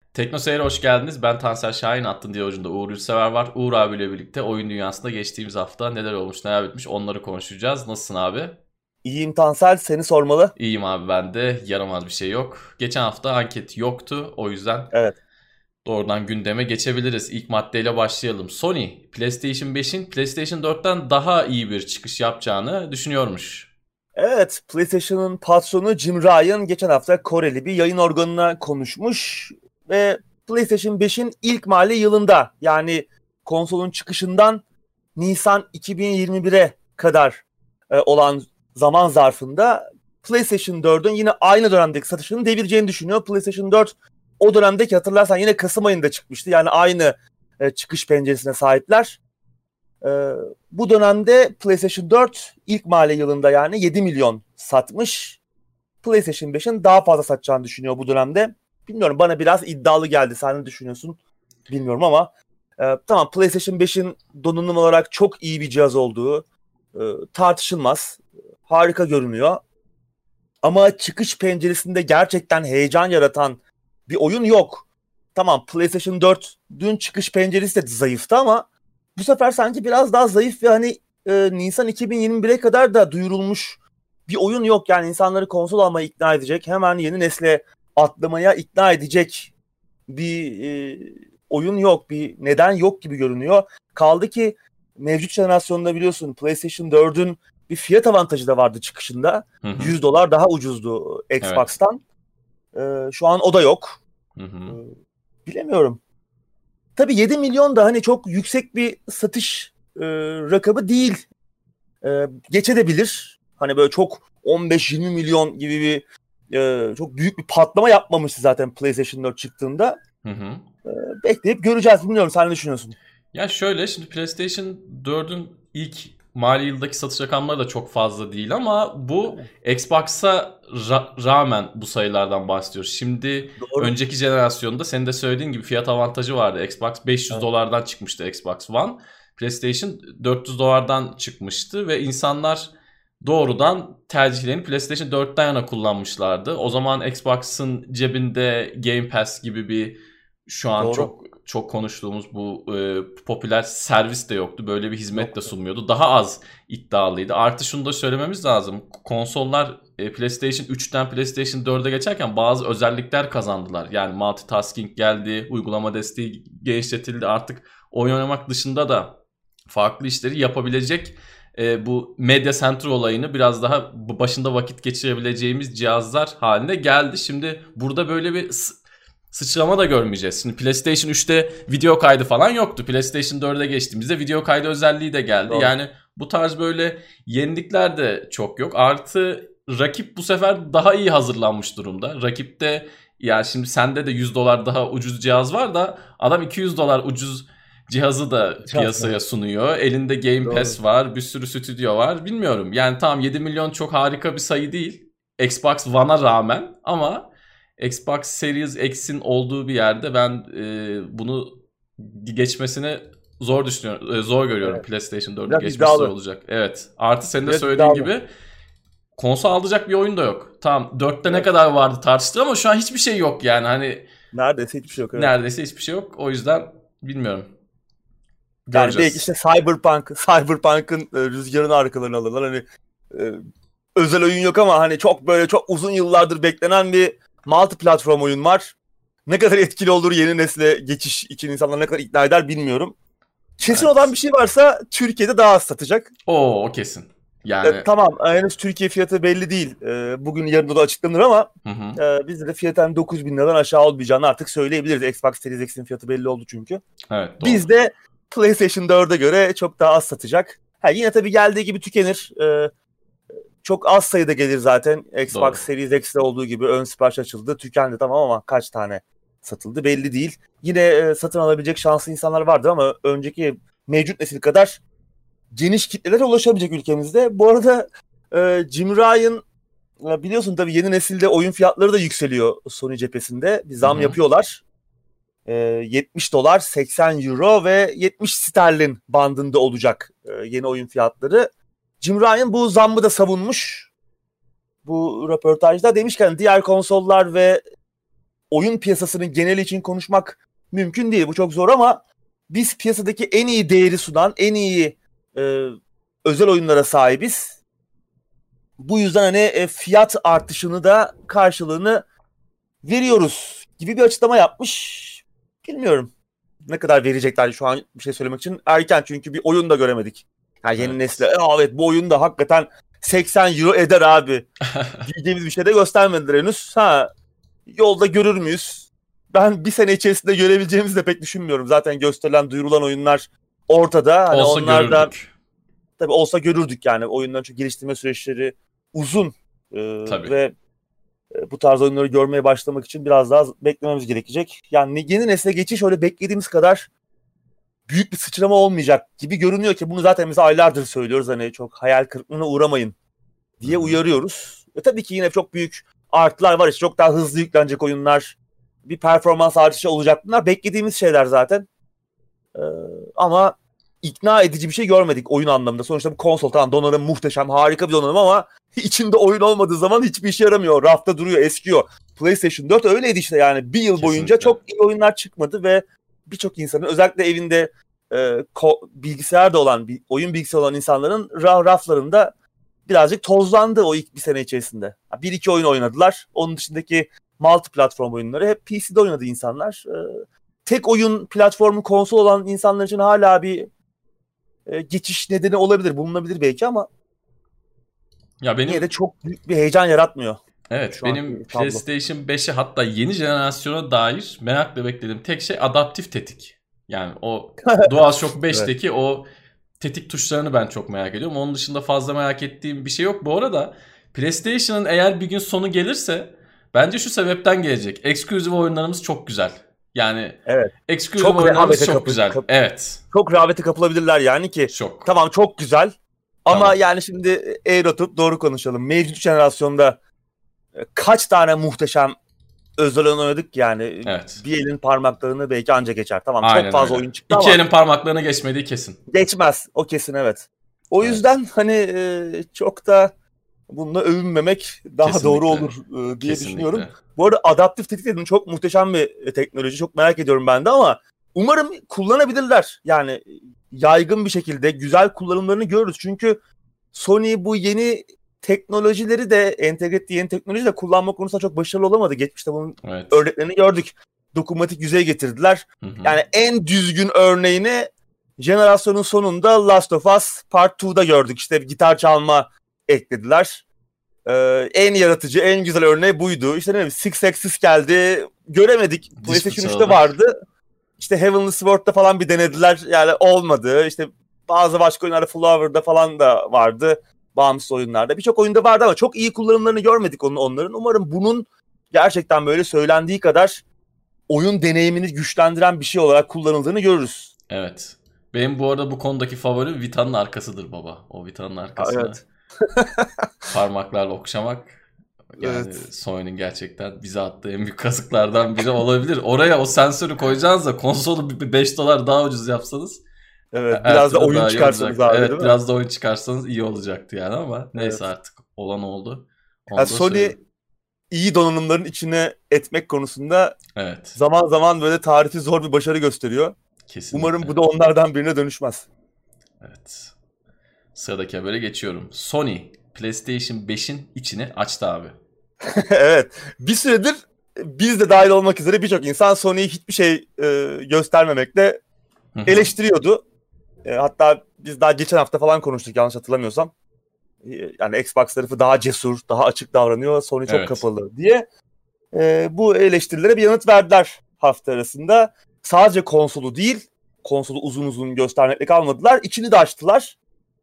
Tekno Seyir'e hoş geldiniz. Ben Tansel Şahin, attın diye ucunda Uğur Yurtsever var. Uğur abiyle birlikte oyun dünyasında geçtiğimiz hafta neler olmuş neler bitmiş onları konuşacağız. Nasılsın abi? İyiyim Tansel, seni sormalı. İyiyim abi, ben de, yaramaz bir şey yok. Geçen hafta anket yoktu, o yüzden Evet. doğrudan gündeme geçebiliriz. İlk maddeyle başlayalım. Sony, PlayStation 5'in PlayStation 4'ten daha iyi bir çıkış yapacağını düşünüyormuş. Evet, PlayStation'ın patronu Jim Ryan geçen hafta Koreli bir yayın organına konuşmuş ve PlayStation 5'in ilk mali yılında, yani konsolun çıkışından Nisan 2021'e kadar olan zaman zarfında PlayStation 4'ün yine aynı dönemdeki satışını devireceğini düşünüyor. PlayStation 4 o dönemdeki, hatırlarsan, yine Kasım ayında çıkmıştı. Yani aynı çıkış penceresine sahipler. Ee, Bu dönemde PlayStation 4 ilk mali yılında yani 7 milyon satmış. PlayStation 5'in daha fazla satacağını düşünüyor bu dönemde. Bilmiyorum, bana biraz iddialı geldi. Sen ne düşünüyorsun bilmiyorum ama tamam, PlayStation 5'in donanım olarak çok iyi bir cihaz olduğu tartışılmaz. Harika görünüyor. Ama çıkış penceresinde gerçekten heyecan yaratan bir oyun yok. Tamam, PlayStation 4 dün çıkış penceresi de zayıftı ama bu sefer sanki biraz daha zayıf ve hani Nisan 2021'e kadar da duyurulmuş bir oyun yok. Yani insanları konsol almaya ikna edecek, hemen yeni nesle atlamaya ikna edecek bir oyun yok. Bir neden yok gibi görünüyor. Kaldı ki mevcut jenerasyonda biliyorsun PlayStation 4'ün bir fiyat avantajı da vardı çıkışında. Hı hı. $100 daha ucuzdu Evet. Xbox'tan. Şu an o da yok. Hı E, hı. Bilemiyorum. Tabii 7 milyon da hani çok yüksek bir satış rakamı değil. Geçebilir. Hani böyle çok 15-20 milyon gibi bir çok büyük bir patlama yapmamıştı zaten PlayStation 4 çıktığında. Hı hı. Bekleyip göreceğiz. Bilmiyorum, sen ne düşünüyorsun? Ya şöyle, şimdi PlayStation 4'ün ilk mali yıldaki satış rakamları da çok fazla değil ama bu Yani, Xbox'a rağmen bu sayılardan bahsediyoruz. Şimdi doğru. önceki jenerasyonda senin de söylediğin gibi fiyat avantajı vardı. Xbox 500 Evet. dolardan çıkmıştı, Xbox One. PlayStation 400 dolardan çıkmıştı ve insanlar doğrudan tercihlerini PlayStation 4'ten yana kullanmışlardı. O zaman Xbox'ın cebinde Game Pass gibi bir, şu an Doğru. çok konuştuğumuz bu popüler servis de yoktu. Böyle bir hizmet de Yoktu. sunmuyordu. Daha az iddialıydı. Artı şunu da söylememiz lazım. Konsollar PlayStation 3'ten PlayStation 4'e geçerken bazı özellikler kazandılar. Yani multitasking geldi, uygulama desteği genişletildi. Artık oyun oynamak dışında da farklı işleri yapabilecek, bu medya center olayını biraz daha başında vakit geçirebileceğimiz cihazlar haline geldi. Şimdi burada böyle bir sıçrama da görmeyeceğiz. Şimdi PlayStation 3'te video kaydı falan yoktu. PlayStation 4'e geçtiğimizde video kaydı özelliği de geldi. Doğru. Yani bu tarz böyle yenilikler de çok yok. Artı rakip bu sefer daha iyi hazırlanmış durumda. Rakipte, ya şimdi sende de 100 dolar daha ucuz cihaz var da adam 200 dolar ucuz cihazı da Şans var. piyasaya sunuyor. Elinde Game Doğru. Pass var, bir sürü stüdyo var. Bilmiyorum. Yani tamam, 7 milyon çok harika bir sayı değil Xbox One'a rağmen, ama Xbox Series X'in olduğu bir yerde ben bunu geçmesini zor düşünüyorum, zor görüyorum. Evet. PlayStation 4'ü Biraz geçmesi zor iddialı. olacak. Evet. Artı senin de Biraz söylediğin iddialı. gibi konsol alacak bir oyun da yok. Tamam, 4'te ne Evet. kadar vardı tartıştı ama şu an hiçbir şey yok yani. Hani Neredeyse hiçbir şey yok, evet. neredeyse hiçbir şey yok. O yüzden bilmiyorum. Yani belki işte Göreceğiz. Cyberpunk'ın rüzgarını arkalarına alırlar. Hani e, özel oyun yok ama hani çok böyle çok uzun yıllardır beklenen bir multi platform oyun var. Ne kadar etkili olur, yeni nesle geçiş için insanlar ne kadar ikna eder bilmiyorum. Kesin olan bir Evet. şey varsa Türkiye'de daha az satacak. O kesin. Yani Tamam, henüz Türkiye fiyatı belli değil. Bugün yarın da açıklanır ama hı hı. bizde de fiyatın 9 bin liradan aşağı olmayacağını artık söyleyebiliriz. Xbox Series X'in fiyatı belli oldu çünkü. Evet, doğru. Bizde PlayStation 4'e göre çok daha az satacak. Ha, yine tabii geldiği gibi tükenir. Çok az sayıda gelir zaten. Xbox Doğru. Series X'te olduğu gibi ön sipariş açıldı. Tükendi, tamam, ama kaç tane satıldı belli değil. Yine satın alabilecek şanslı insanlar vardır ama önceki mevcut nesil kadar geniş kitlelere ulaşabilecek ülkemizde. Bu arada Jim Ryan, biliyorsun tabii, yeni nesilde oyun fiyatları da yükseliyor Sony cephesinde. Bir Hı zam hı. yapıyorlar. 70 dolar, 80 euro ve 70 sterlin bandında olacak yeni oyun fiyatları. Jim Ryan bu zammı da savunmuş. Bu röportajda demiş ki hani diğer konsollar ve oyun piyasasının geneli için konuşmak mümkün değil. Bu çok zor ama biz piyasadaki en iyi değeri sunan, en iyi özel oyunlara sahibiz. Bu yüzden hani fiyat artışını da karşılığını veriyoruz gibi bir açıklama yapmış. Bilmiyorum ne kadar verecekler şu an, bir şey söylemek için erken, çünkü bir oyun da göremedik. Yani yeni nesile evet bu oyun da hakikaten 80 euro eder abi diyeceğimiz bir şey de göstermediler henüz. Yolda görür müyüz? Ben bir sene içerisinde görebileceğimizi de pek düşünmüyorum. Zaten gösterilen, duyurulan oyunlar ortada. Hani olsa onlar da görürdük. tabii olsa görürdük yani. Oyunların çünkü geliştirme süreçleri uzun. Ve bu tarz oyunları görmeye başlamak için biraz daha beklememiz gerekecek. Yani yeni nesle geçiş öyle beklediğimiz kadar büyük bir sıçrama olmayacak gibi görünüyor ki bunu zaten biz aylardır söylüyoruz. Hani çok hayal kırıklığına uğramayın diye uyarıyoruz. Tabii ki yine çok büyük artılar var. İşte çok daha hızlı yüklenecek oyunlar, bir performans artışı olacak. Bunlar beklediğimiz şeyler zaten. Ama ikna edici bir şey görmedik oyun anlamında. Sonuçta bu konsol tamam, donanım muhteşem, harika bir donanım ama içinde oyun olmadığı zaman hiçbir işe yaramıyor. Rafta duruyor, eskiyor. PlayStation 4 öyleydi işte yani. Bir yıl boyunca çok iyi oyunlar çıkmadı ve birçok insanın, özellikle evinde bilgisayar da olan, oyun bilgisayarı olan insanların raflarında birazcık tozlandı o ilk bir sene içerisinde. Bir iki oyun oynadılar. Onun dışındaki multi platform oyunları hep PC'de oynadı insanlar. Tek oyun platformu konsol olan insanlar için hala bir geçiş nedeni olabilir, bulunabilir belki ama ya benim yine de çok büyük bir heyecan yaratmıyor. Evet, benim PlayStation 5'e hatta yeni jenerasyona dair merakla beklediğim tek şey adaptif tetik. Yani o DualShock 5'teki evet, o tetik tuşlarını ben çok merak ediyorum. Onun dışında fazla merak ettiğim bir şey yok. Bu arada PlayStation'ın eğer bir gün sonu gelirse bence şu sebepten gelecek. Exclusive oyunlarımız çok güzel. Yani evet, exclusive oyunlarımız çok güzel. Evet. Çok rağbete kapılabilirler yani ki. Çok. Tamam çok güzel. Ama tamam, yani şimdi eğri doğru konuşalım. Mevcut jenerasyonda kaç tane muhteşem özel oyun oynadık yani. Evet. Bir elin parmaklarını belki anca geçer. Tamam aynen çok fazla öyle, oyun çıktı ama. İki elin parmaklarını geçmediği kesin. Geçmez. O kesin evet. O yüzden hani çok da bununla övünmemek daha kesinlikle doğru olur diye kesinlikle düşünüyorum. Bu arada adaptif tetik dedim, çok muhteşem bir teknoloji. Çok merak ediyorum ben de ama umarım kullanabilirler. Yani yaygın bir şekilde güzel kullanımlarını görürüz. Çünkü Sony bu yeni teknolojileri de, entegre ettiği yeni teknolojiyi de kullanma konusunda çok başarılı olamadı. Geçmişte bunun örneklerini gördük. Dokunmatik yüzey getirdiler. Yani en düzgün örneğini jenerasyonun sonunda Last of Us Part 2'da gördük. İşte gitar çalma eklediler. En yaratıcı, en güzel örneği buydu. İşte ne bileyim, Six Axis geldi. Göremedik. PlayStation 3'te vardı. İşte Heavenly Sword'da falan bir denediler. Yani olmadı. İşte bazı başka oyunlarda, Flower'da falan da vardı. Bağımsız oyunlarda. Birçok oyunda vardı ama çok iyi kullanımlarını görmedik onların. Umarım bunun gerçekten böyle söylendiği kadar oyun deneyimini güçlendiren bir şey olarak kullanıldığını görürüz. Evet. Benim bu arada bu konudaki favorim Vita'nın arkasıdır baba. O Vita'nın arkasına evet, parmaklarla okşamak. Yani evet, Sony'nin gerçekten bize attığı en büyük kazıklardan biri olabilir. Oraya o sensörü koyacağınız da konsolu $5 daha ucuz yapsanız. Evet, biraz da oyun çıkarsanız abi, evet, biraz da oyun çıkarsanız iyi olacaktı yani ama neyse evet, artık olan oldu. Yani Sony iyi donanımların içine etmek konusunda evet, zaman zaman böyle tarifi zor bir başarı gösteriyor. Kesinlikle. Umarım bu da onlardan birine dönüşmez. Evet. Sıradaki habere geçiyorum. Sony PlayStation 5'in içini açtı abi. Evet. Bir süredir biz de dahil olmak üzere birçok insan Sony'yi hiçbir şey göstermemekle eleştiriyordu. Hatta biz daha geçen hafta falan konuştuk yanlış hatırlamıyorsam. Yani Xbox tarafı daha cesur, daha açık davranıyor. Sony çok evet, kapalı diye. Bu eleştirilere bir yanıt verdiler hafta arasında. Sadece konsolu değil, konsolu uzun uzun göstermekle kalmadılar. İçini de açtılar.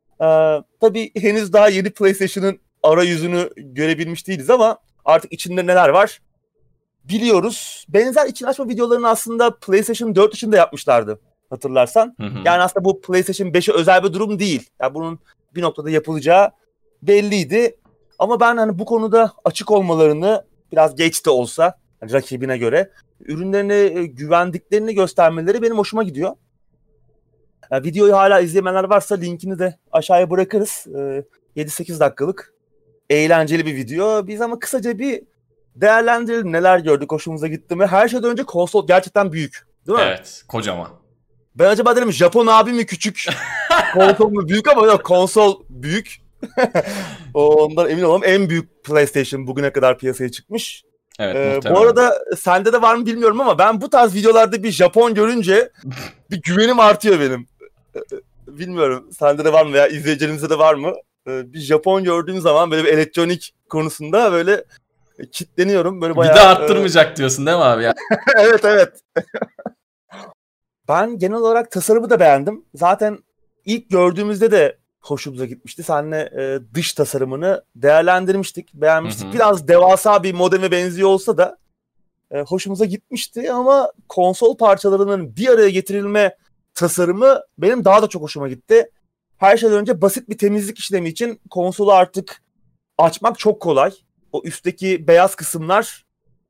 Tabii henüz daha yeni PlayStation'ın arayüzünü görebilmiş değiliz ama artık içinde neler var biliyoruz. Benzer içini açma videolarını aslında PlayStation 4 için de yapmışlardı hatırlarsan. Yani aslında bu PlayStation 5'e özel bir durum değil. Yani bunun bir noktada yapılacağı belliydi. Ama ben hani bu konuda açık olmalarını, biraz geç de olsa yani rakibine göre, ürünlerine güvendiklerini göstermeleri benim hoşuma gidiyor. Yani videoyu hala izleyenler varsa linkini de aşağıya bırakırız. 7-8 dakikalık eğlenceli bir video. Biz ama kısaca bir Değerlendirelim, neler gördük, hoşumuza gitti mi? Her şeyden önce konsol gerçekten büyük. Değil mi? Evet, kocaman. Ben acaba dedim Japon abi mi küçük, konsol mu büyük, ama yok, konsol büyük. Ondan emin olalım. En büyük PlayStation bugüne kadar piyasaya çıkmış. Evet, muhtemelen. Bu arada sende de var mı bilmiyorum ama ben bu tarz videolarda bir Japon görünce bir güvenim artıyor benim. Bilmiyorum sende de var mı veya izleyicilerimizde de var mı? Bir Japon gördüğüm zaman böyle bir elektronik konusunda böyle kitleniyorum. Böyle bayağı, bir de arttırmayacak diyorsun değil mi abi ya? Evet, evet. Ben genel olarak tasarımı da beğendim. Zaten ilk gördüğümüzde de hoşumuza gitmişti. Seninle dış tasarımını değerlendirmiştik, beğenmiştik. Biraz devasa bir modeme benziyor olsa da hoşumuza gitmişti. Ama konsol parçalarının bir araya getirilme tasarımı benim daha da çok hoşuma gitti. Her şeyden önce basit bir temizlik işlemi için konsolu artık açmak çok kolay. O üstteki beyaz kısımlar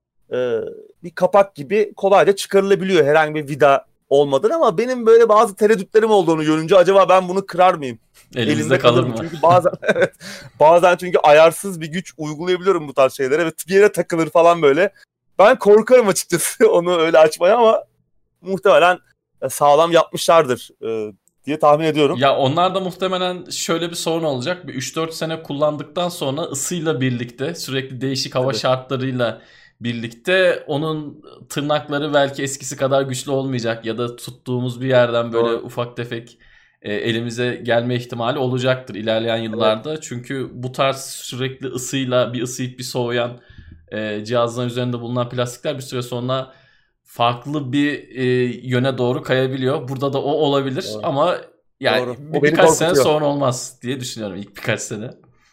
bir kapak gibi kolayca çıkarılabiliyor herhangi bir vida olmadan, ama benim böyle bazı tereddütlerim olduğunu görünce acaba ben bunu kırar mıyım? Elimizde kalır mı? Çünkü bazen evet, bazen çünkü ayarsız bir güç uygulayabiliyorum bu tarz şeylere ve bir yere takılır falan böyle. Ben korkarım açıkçası onu öyle açmaya, ama muhtemelen sağlam yapmışlardır diye tahmin ediyorum. Ya onlar da muhtemelen şöyle bir sorun olacak. Bir 3-4 sene kullandıktan sonra ısıyla birlikte, sürekli değişik hava şartlarıyla birlikte onun tırnakları belki eskisi kadar güçlü olmayacak ya da tuttuğumuz bir yerden böyle ufak tefek elimize gelme ihtimali olacaktır ilerleyen yıllarda. Evet. Çünkü bu tarz sürekli ısıyla bir ısıyıp bir soğuyan cihazların üzerinde bulunan plastikler bir süre sonra farklı bir yöne doğru kayabiliyor. Burada da o olabilir. Doğru. Ama yani birkaç sene sonra olmaz diye düşünüyorum, ilk birkaç sene.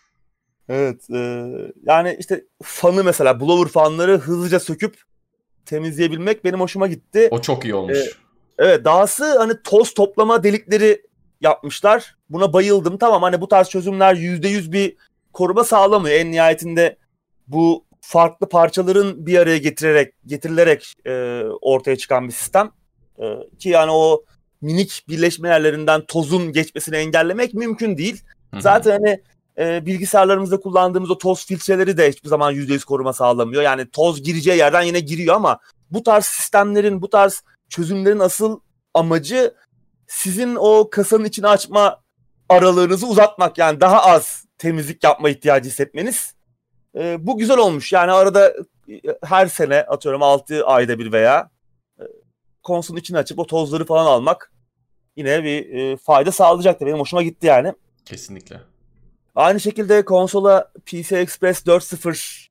Evet. Yani işte fanı mesela, blower fanları hızlıca söküp temizleyebilmek benim hoşuma gitti. O çok iyi olmuş. Evet, dahası hani toz toplama delikleri yapmışlar. Buna bayıldım. Tamam, hani bu tarz çözümler %100 bir koruma sağlamıyor. En nihayetinde bu farklı parçaların bir araya getirilerek ortaya çıkan bir sistem. Ki yani o minik birleşme yerlerinden tozun geçmesini engellemek mümkün değil. Hı-hı. Zaten hani bilgisayarlarımızda kullandığımız o toz filtreleri de hiçbir zaman %100 koruma sağlamıyor. Yani toz gireceği yerden yine giriyor, ama bu tarz sistemlerin, bu tarz çözümlerin asıl amacı sizin o kasanın içini açma aralığınızı uzatmak. Yani daha az temizlik yapma ihtiyacı hissetmeniz. Bu güzel olmuş. Yani arada her sene atıyorum 6 ayda bir veya konsolun içini açıp o tozları falan almak yine bir fayda sağlayacaktır. Benim hoşuma gitti yani. Kesinlikle. Aynı şekilde konsola PCI Express 4.0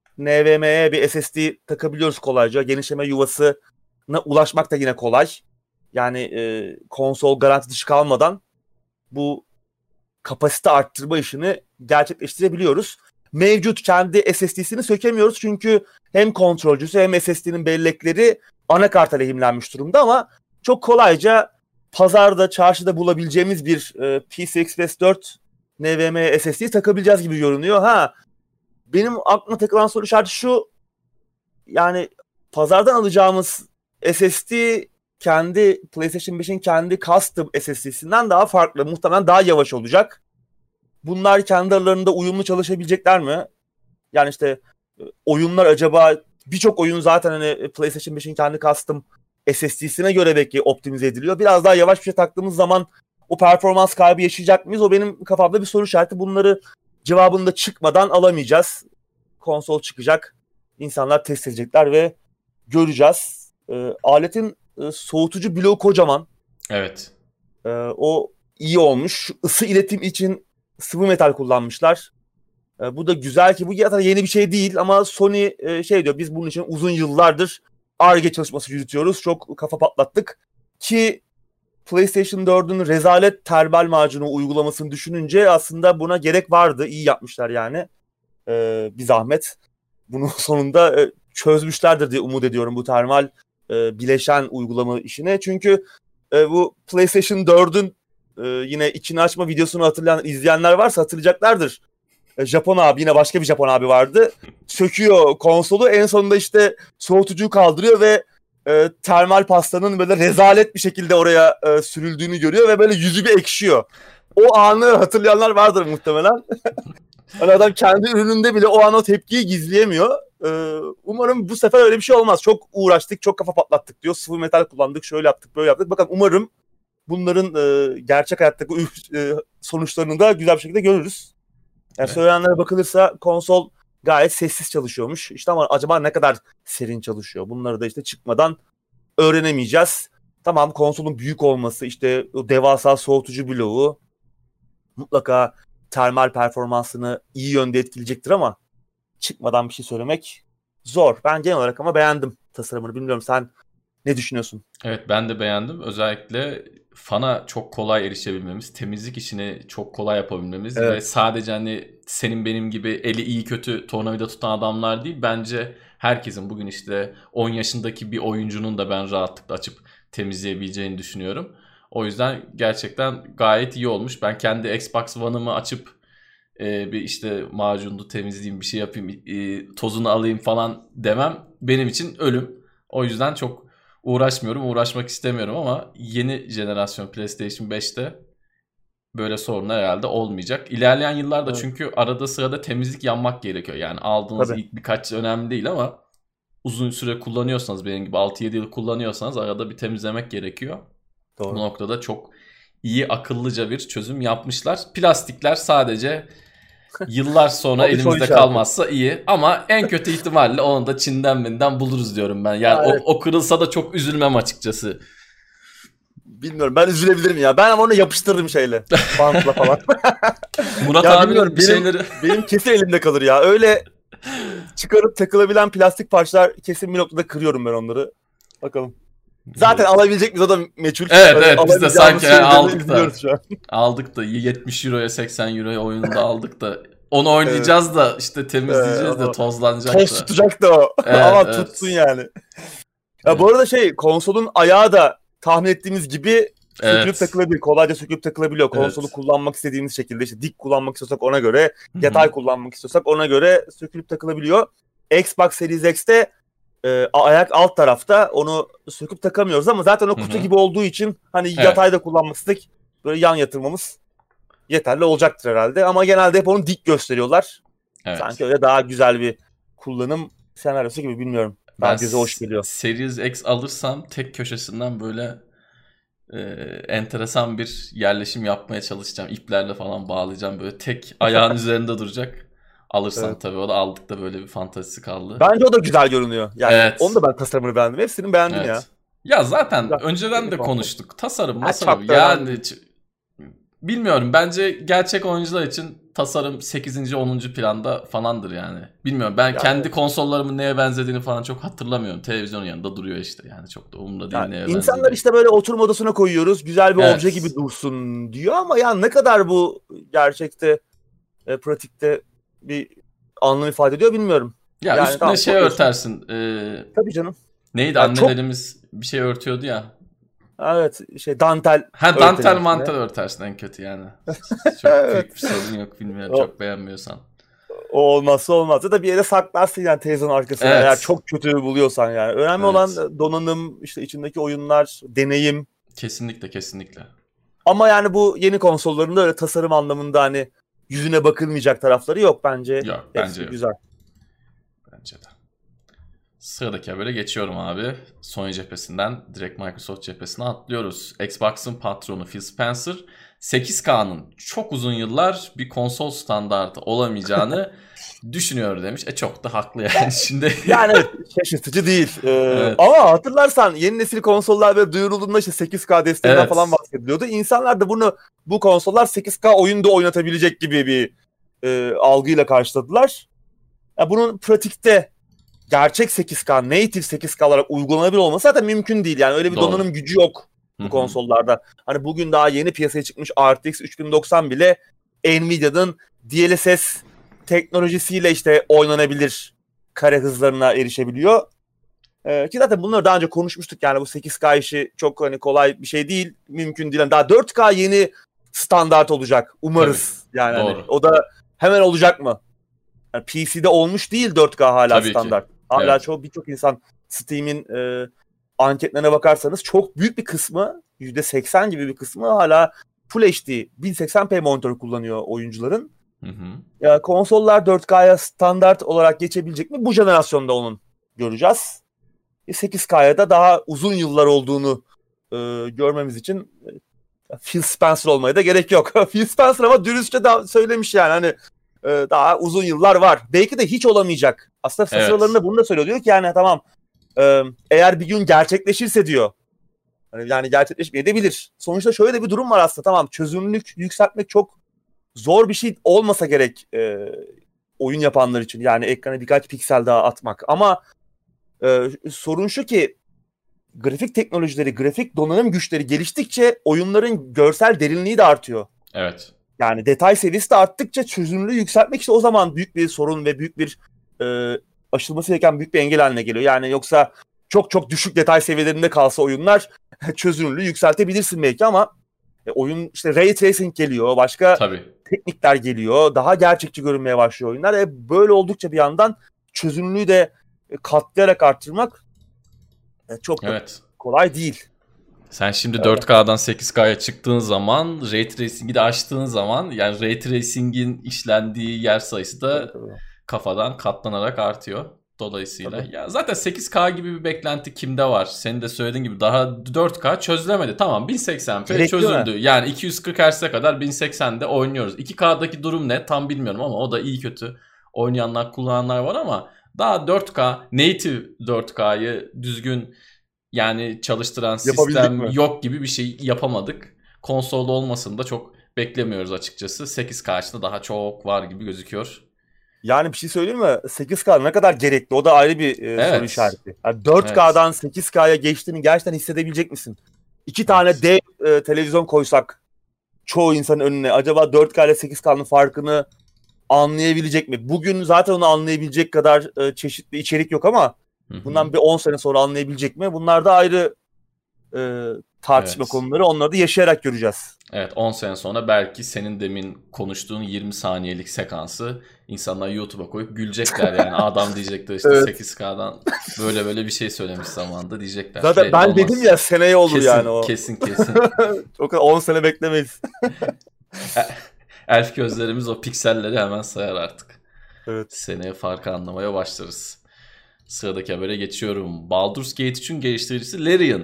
NVMe bir SSD takabiliyoruz kolayca. Genişleme yuvasına ulaşmak da yine kolay. Yani konsol garanti dışı kalmadan bu kapasite arttırma işini gerçekleştirebiliyoruz. Mevcut kendi SSD'sini sökemiyoruz çünkü hem kontrolcüsü hem SSD'nin bellekleri anakarta lehimlenmiş durumda, ama çok kolayca pazarda, çarşıda bulabileceğimiz bir PCI Express 4 NVMe SSD takabileceğiz gibi görünüyor. Benim aklıma takılan soru işareti şu: yani pazardan alacağımız SSD kendi PlayStation 5'in kendi custom SSD'sinden daha farklı, muhtemelen daha yavaş olacak. Bunlar kendi aralarında uyumlu çalışabilecekler mi? Yani işte oyunlar acaba, birçok oyun zaten hani PlayStation 5'in kendi custom SSD'sine göre belki optimize ediliyor. Biraz daha yavaş bir şey taktığımız zaman o performans kaybı yaşayacak mıyız? O benim kafamda bir soru işareti. Bunları cevabında çıkmadan alamayacağız. Konsol çıkacak, İnsanlar test edecekler ve göreceğiz. Aletin soğutucu bloğu kocaman. Evet. O iyi olmuş. Isı iletim için sıvı metal kullanmışlar. Bu da güzel ki bu yeni bir şey değil, ama Sony şey diyor, biz bunun için uzun yıllardır Ar-Ge çalışması yürütüyoruz. Çok kafa patlattık ki PlayStation 4'ün rezalet termal macunu uygulamasını düşününce aslında buna gerek vardı. İyi yapmışlar yani. Bir zahmet. Bunu sonunda çözmüşlerdir diye umut ediyorum bu termal bileşen uygulama işine. Çünkü bu PlayStation 4'ün yine içini açma videosunu izleyenler varsa hatırlayacaklardır. Japon abi, yine başka bir Japon abi vardı. Söküyor konsolu, en sonunda işte soğutucuyu kaldırıyor ve termal pastanın böyle rezalet bir şekilde oraya sürüldüğünü görüyor ve böyle yüzü bir ekşiyor. O anı hatırlayanlar vardır muhtemelen. Hani adam kendi ürününde bile o an o tepkiyi gizleyemiyor. Umarım bu sefer öyle bir şey olmaz. Çok uğraştık, çok kafa patlattık diyor. Sıvı metal kullandık, şöyle yaptık, böyle yaptık. Bakın umarım bunların gerçek hayattaki sonuçlarını da güzel bir şekilde görürüz. Yani söylenenlere bakılırsa konsol gayet sessiz çalışıyormuş. İşte ama acaba ne kadar serin çalışıyor? Bunları da işte çıkmadan öğrenemeyeceğiz. Tamam, konsolun büyük olması, işte o devasa soğutucu bloğu mutlaka termal performansını iyi yönde etkileyecektir ama çıkmadan bir şey söylemek zor. Ben genel olarak ama beğendim tasarımını. Bilmiyorum, sen ne düşünüyorsun? Evet, ben de beğendim. Özellikle fana çok kolay erişebilmemiz, temizlik işini çok kolay yapabilmemiz ve Evet. sadece hani senin benim gibi eli iyi kötü tornavida tutan adamlar değil. Bence herkesin bugün işte 10 yaşındaki bir oyuncunun da ben rahatlıkla açıp temizleyebileceğini düşünüyorum. O yüzden gerçekten gayet iyi olmuş. Ben kendi Xbox One'ımı açıp bir işte macunlu temizleyeyim, bir şey yapayım, tozunu alayım falan demem benim için ölüm. O yüzden çok uğraşmıyorum, uğraşmak istemiyorum ama yeni jenerasyon PlayStation 5'te böyle sorunlar herhalde olmayacak. İlerleyen yıllarda Evet. çünkü arada sırada temizlik yapmak gerekiyor. Yani aldığınız Tabii. ilk birkaç önemli değil ama uzun süre kullanıyorsanız, benim gibi 6-7 yıl kullanıyorsanız arada bir temizlemek gerekiyor. Bu Doğru. noktada çok iyi, akıllıca bir çözüm yapmışlar. Plastikler sadece yıllar sonra O bir soru elimizde işareti. kalmazsa iyi. Ama en kötü ihtimalle onu da Çin'den minden buluruz diyorum ben. Yani Ya evet. o kırılsa da çok üzülmem açıkçası. Bilmiyorum, ben üzülebilirim ya. Ben ama onu yapıştırırım şeyle. Bantla falan. Murat Ya abinin bilmiyorum, bir şeyleri... benim kesin elimde kalır ya. Öyle çıkarıp takılabilen plastik parçalar kesin bir noktada kırıyorum ben onları. Bakalım. Zaten alabilecek miyiz, o da meçhul. Evet Hani evet, biz de alamayacağımız sanki şey üzerine aldık da. üzülüyoruz şu an. Aldık da 70 euroya 80 euroya oyununda aldık da. Onu Evet. oynayacağız da işte temizleyeceğiz de Ama tozlanacak toz da. tutacak da o. Evet Ama tutsun evet. yani. Ya bu Evet. arada konsolun ayağı da tahmin ettiğimiz gibi sökülüp Evet. takılabilir. Kolayca sökülüp takılabiliyor. Konsolu Evet. kullanmak istediğimiz şekilde, işte dik kullanmak istiyorsak ona göre, Hı hı. yatay kullanmak istiyorsak ona göre sökülüp takılabiliyor. Xbox Series X'te ayak alt tarafta, onu söküp takamıyoruz ama zaten o Hı kutu hı. gibi olduğu için hani Evet. yatayda kullanmak istedik, böyle yan yatırmamız yeterli olacaktır herhalde. Ama genelde hep onu dik gösteriyorlar. Sanki Evet. öyle daha güzel bir kullanım senaryosu gibi, bilmiyorum. Daha Ben göze hoş geliyor. Series X alırsam tek köşesinden böyle e, enteresan bir yerleşim yapmaya çalışacağım. İplerle falan bağlayacağım. Böyle tek ayağın üzerinde duracak. Alırsam Evet. tabii, o da aldık da böyle bir fantazisi kaldı. Bence o da güzel görünüyor. Yani onu Evet. da ben tasarımını beğendim. Hepsini beğendim ya. Evet. Ya zaten Güzel. önceden Yeni de konsol. konuştuk. Tasarım, Ha, masarım. çok da önemli değil. Bilmiyorum. Bence gerçek oyuncular için tasarım 8. 10. planda falandır yani. Bilmiyorum. Ben Yani, kendi konsollarımın neye benzediğini falan çok hatırlamıyorum. Televizyonun yanında duruyor işte. Yani çok da umurumda değil yani neye insanlar benzediği. işte böyle oturma odasına koyuyoruz, güzel bir obje gibi Evet. dursun diyor ama ya ne kadar bu gerçekte, pratikte bir anlam ifade ediyor bilmiyorum. Ya Yani üstüne tamam, şey koyuyorsun. örtersin. Tabii canım. Neydi, Yani çok, annelerimiz bir şey örtüyordu ya. evet, dantel Ha, örteriz dantel üstüne. mantel örtersin en kötü yani. Çok büyük Evet. bir sorun yok, bilmiyorum. O, Çok beğenmiyorsan. o olmazsa olmaz. Ya da bir yere saklarsın yani, televizyonun arkasına, eğer Evet. çok kötü buluyorsan yani. Önemli olan Evet. donanım, işte içindeki oyunlar, deneyim. Kesinlikle kesinlikle. Ama yani bu yeni konsollarında öyle tasarım anlamında hani yüzüne bakılmayacak tarafları yok bence. Yok, bence Hepsi yok. güzel. Bence de. Sıradaki habere geçiyorum abi. Sony cephesinden direkt Microsoft cephesine atlıyoruz. Xbox'ın patronu Phil Spencer 8K'nın çok uzun yıllar bir konsol standartı olamayacağını düşünüyor demiş. Çok da haklı yani şimdi. Yani evet, şaşırtıcı değil. Evet. Ama hatırlarsan yeni nesil konsollar böyle duyurulduğunda işte 8K desteğinden falan Evet. bahsediliyordu. İnsanlar da bu konsollar 8K oyunda oynatabilecek gibi bir algıyla karşıladılar. Ya bunun pratikte gerçek 8K, native 8K olarak uygulanabilir olması zaten mümkün değil. Yani öyle bir Doğru. donanım gücü yok Hı bu hı. konsollarda. Hani bugün daha yeni piyasaya çıkmış RTX 3090 bile Nvidia'nın DLSS teknolojisiyle işte oynanabilir kare hızlarına erişebiliyor. Ki zaten bunları daha önce konuşmuştuk, yani bu 8K işi çok hani kolay bir şey değil, mümkün değil. Yani daha 4K yeni standart olacak Tabii. umarız, yani hani Doğru. o da hemen olacak mı? Yani PC'de olmuş değil 4K hala Tabii ki. standart. Hala Evet. birçok insan, Steam'in anketlerine bakarsanız çok büyük bir kısmı, %80 gibi bir kısmı hala Full HD 1080p monitör kullanıyor oyuncuların. Hı hı. Ya konsollar 4K'ya standart olarak geçebilecek mi? Bu jenerasyonda onun göreceğiz. 8K'ya da daha uzun yıllar olduğunu görmemiz için Phil Spencer olmaya da gerek yok. Phil Spencer ama dürüstçe de söylemiş yani hani daha uzun yıllar var. Belki de hiç olamayacak. Aslında Evet. faturalarında bunu da söylüyor. Diyor ki yani tamam eğer bir gün gerçekleşirse diyor. Yani gerçekleşmeyebilir. Sonuçta şöyle de bir durum var aslında. Tamam çözünürlük yükseltmek çok zor bir şey olmasa gerek oyun yapanlar için. Yani ekrana birkaç piksel daha atmak. Ama sorun şu ki grafik teknolojileri, grafik donanım güçleri geliştikçe oyunların görsel derinliği de artıyor. Evet. Yani detay seviyesi de arttıkça çözünürlüğü yükseltmek işte o zaman büyük bir sorun ve büyük bir aşılması gereken büyük bir engel haline geliyor. Yani yoksa çok çok düşük detay seviyelerinde kalsa oyunlar çözünürlüğü yükseltebilirsin belki ama oyun işte ray tracing geliyor, başka Tabii. teknikler geliyor, daha gerçekçi görünmeye başlıyor oyunlar. Böyle oldukça bir yandan çözünürlüğü de katlayarak arttırmak çok da Evet. kolay değil. Sen şimdi Öyle. 4K'dan 8K'ya çıktığın zaman, Ray Tracing'i de açtığın zaman, yani Ray Tracing'in işlendiği yer sayısı Tabii da tabii. kafadan katlanarak artıyor. Dolayısıyla Tabii. ya zaten 8K gibi bir beklenti kimde var? Senin de söylediğin gibi daha 4K çözülemedi. Tamam, 1080p Gerek değil mi? çözüldü. Yani 240 Hz'e kadar 1080'de oynuyoruz. 2K'daki durum ne? Tam bilmiyorum ama o da iyi kötü oynayanlar, kullananlar var ama daha 4K, native 4K'yı düzgün yani çalıştıran Yapabildik sistem mi? yok gibi bir şey yapamadık. Konsolda olmasını da çok beklemiyoruz açıkçası. 8K'da daha çok var gibi gözüküyor. Yani bir şey söyleyeyim mi? 8K ne kadar gerekli? O da ayrı bir soru Evet. işareti. Yani Evet. 4K'dan 8K'ya geçtiğini gerçekten hissedebilecek misin? İki tane Evet. dev televizyon koysak çoğu insanın önüne acaba 4K ile 8K'nın farkını anlayabilecek mi? Bugün zaten onu anlayabilecek kadar çeşitli içerik yok ama Hı hı. bundan bir 10 sene sonra anlayabilecek mi? Bunlar da ayrı e, tartışma Evet. konuları. Onları da yaşayarak göreceğiz. Evet, 10 sene sonra belki senin demin konuştuğun 20 saniyelik sekansı insanlar YouTube'a koyup gülecekler yani. Adam diyecekler işte Evet. 8K'dan böyle böyle bir şey söylemiş zamanında diyecekler. Zaten Belli ben dedim olmaz. ya seneye olur yani Kesin, o. kesin, kesin. O kadar 10 sene beklemeyiz. Elf gözlerimiz o pikselleri hemen sayar artık. Evet. Seneye farkı anlamaya başlarız. Sıradaki habere geçiyorum. Baldur's Gate 3'ün geliştiricisi Larian,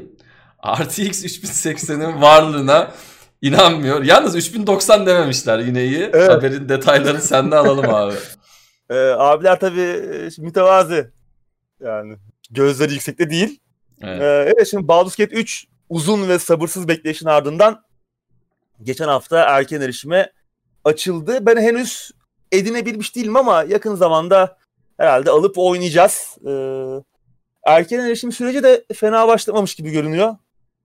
RTX 3080'in varlığına inanmıyor. Yalnız 3090 dememişler yine iyi. Evet. Haberin detaylarını senden alalım abi. Abiler tabii mütevazi. Yani gözleri yüksekte değil. Evet. Evet şimdi Baldur's Gate 3 uzun ve sabırsız bekleyişin ardından geçen hafta erken erişime açıldı. Ben henüz edinebilmiş değilim ama yakın zamanda herhalde alıp oynayacağız. Erken erişim süreci de fena başlamamış gibi görünüyor.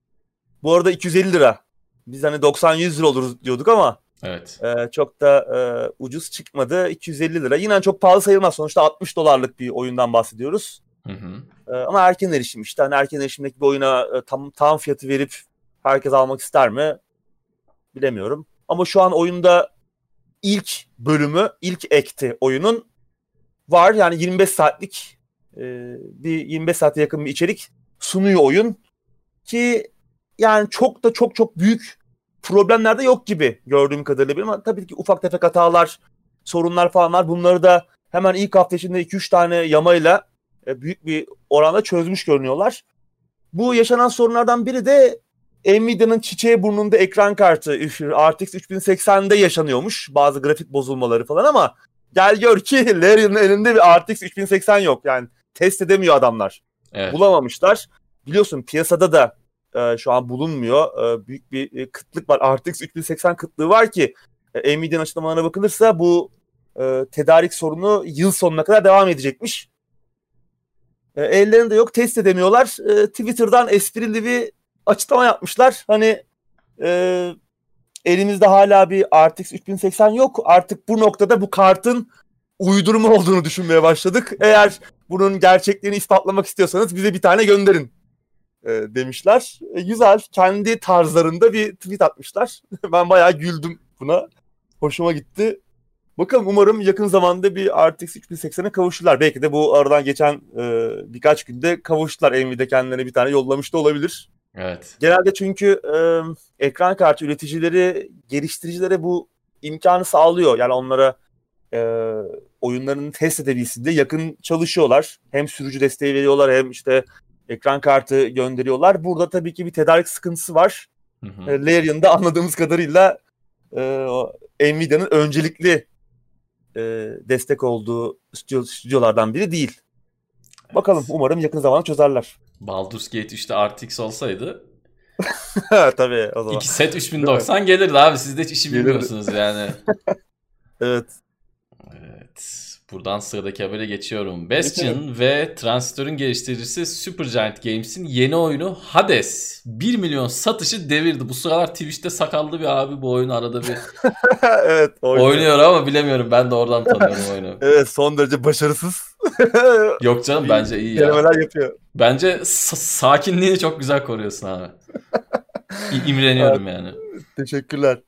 Bu arada 250 lira. Biz hani 90-100 lira olur diyorduk ama Evet. çok da ucuz çıkmadı. 250 lira. Yine çok pahalı sayılmaz. Sonuçta 60 dolarlık bir oyundan bahsediyoruz. Hı hı. Ama erken erişim işte. Hani erken erişimdeki bir oyuna tam fiyatı verip herkes almak ister mi? Bilemiyorum. Ama şu an oyunda ilk bölümü, ilk ekti oyunun var. Yani 25 saatlik bir 25 saate yakın bir içerik sunuyor oyun. Ki yani çok da çok büyük problemler de yok gibi gördüğüm kadarıyla. Ama tabii ki ufak tefek hatalar, sorunlar falan var. Bunları da hemen ilk hafta içinde 2-3 tane yamayla büyük bir oranda çözmüş görünüyorlar. Bu yaşanan sorunlardan biri de Nvidia'nın çiçeği burnunda ekran kartı RTX 3080'de yaşanıyormuş. Bazı grafik bozulmaları falan ama gel gör ki Larry'nin elinde bir RTX 3080 yok. Yani test edemiyor adamlar. Evet. Bulamamışlar. Biliyorsun piyasada da şu an bulunmuyor. Büyük bir kıtlık var. RTX 3080 kıtlığı var ki Nvidia'nın açıklamalarına bakılırsa bu tedarik sorunu yıl sonuna kadar devam edecekmiş. Ellerinde yok, test edemiyorlar. Twitter'dan esprili bir açıklama yapmışlar. Hani e, elimizde hala bir RTX 3080 yok. Artık bu noktada bu kartın uydurma olduğunu düşünmeye başladık. Eğer bunun gerçekliğini ispatlamak istiyorsanız bize bir tane gönderin demişler. Güzel, kendi tarzlarında bir tweet atmışlar. Ben bayağı güldüm buna. Hoşuma gitti. Bakalım umarım yakın zamanda bir RTX 3080'e kavuşurlar. Belki de bu aradan geçen birkaç günde kavuştular. Nvidia kendilerine bir tane yollamış da olabilir. Evet. Genelde çünkü ekran kartı üreticileri geliştiricilere bu imkanı sağlıyor. Yani onlara oyunlarını test edebilsin diye yakın çalışıyorlar. Hem sürücü desteği veriyorlar hem işte ekran kartı gönderiyorlar. Burada tabii ki bir tedarik sıkıntısı var. Larian'da anladığımız kadarıyla Nvidia'nın öncelikli destek olduğu stüdyolardan biri değil. Evet. Bakalım, umarım yakın zamanda çözerler. Baldur's Gate 3'te RTX olsaydı tabii o zaman. 2 set 3090 gelirdi abi. Siz de hiç işi bilmiyorsunuz yani. Evet. Evet. Buradan sıradaki habere geçiyorum. Bastion ve Transistor'un geliştiricisi Supergiant Games'in yeni oyunu Hades 1 milyon satışı devirdi. Bu sıralar Twitch'te sakallı bir abi bu oyunu arada bir evet, oynuyor ama bilemiyorum. Ben de oradan tanıyorum oyunu. Evet, son derece başarısız. Yok canım, bence iyi ya. Kelimeler yapıyor. Bence sakinliğini çok güzel koruyorsun abi. İmreniyorum yani. Teşekkürler.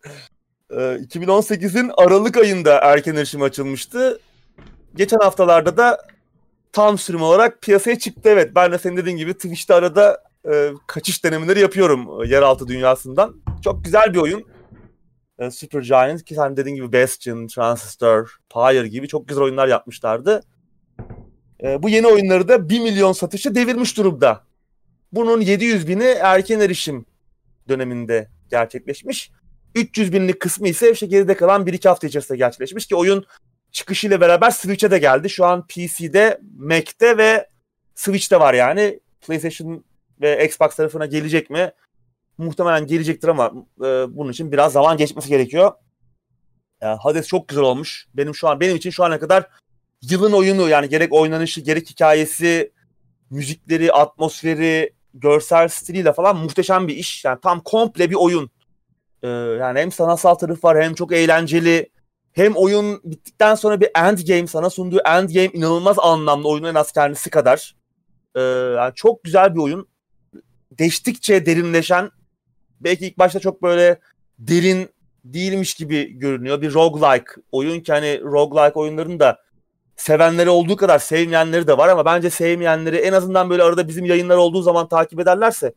2018'in Aralık ayında erken erişim açılmıştı. Geçen haftalarda da tam sürüm olarak piyasaya çıktı. Evet, ben de senin dediğin gibi Twitch'te arada kaçış denemeleri yapıyorum yeraltı dünyasından. Çok güzel bir oyun. Supergiant, ki sen dediğin gibi Bastion, Transistor, Pyre gibi çok güzel oyunlar yapmışlardı. Bu yeni oyunları da 1 milyon satışı devirmiş durumda. Bunun 700 bini erken erişim döneminde gerçekleşmiş. 300 binlik kısmı ise işte geride kalan 1-2 hafta içerisinde gerçekleşmiş ki oyun çıkışıyla beraber Switch'e de geldi. Şu an PC'de, Mac'te ve Switch'te var yani. PlayStation ve Xbox tarafına gelecek mi? Muhtemelen gelecektir ama bunun için biraz zaman geçmesi gerekiyor. Hades çok güzel olmuş. Benim için şu ana kadar yılın oyunu, yani gerek oynanışı, gerek hikayesi, müzikleri, atmosferi, görsel stiliyle falan muhteşem bir iş. Yani tam komple bir oyun. Yani hem sanatsal tarafı var, hem çok eğlenceli. Hem oyun bittikten sonra bir endgame, sana sunduğu endgame inanılmaz anlamlı, oyunun en az kendisi kadar. Yani çok güzel bir oyun. Değiştikçe derinleşen, belki ilk başta çok böyle derin değilmiş gibi görünüyor. Bir roguelike oyun ki hani roguelike oyunların da sevenleri olduğu kadar sevmeyenleri de var ama bence sevmeyenleri en azından böyle arada bizim yayınlar olduğu zaman takip ederlerse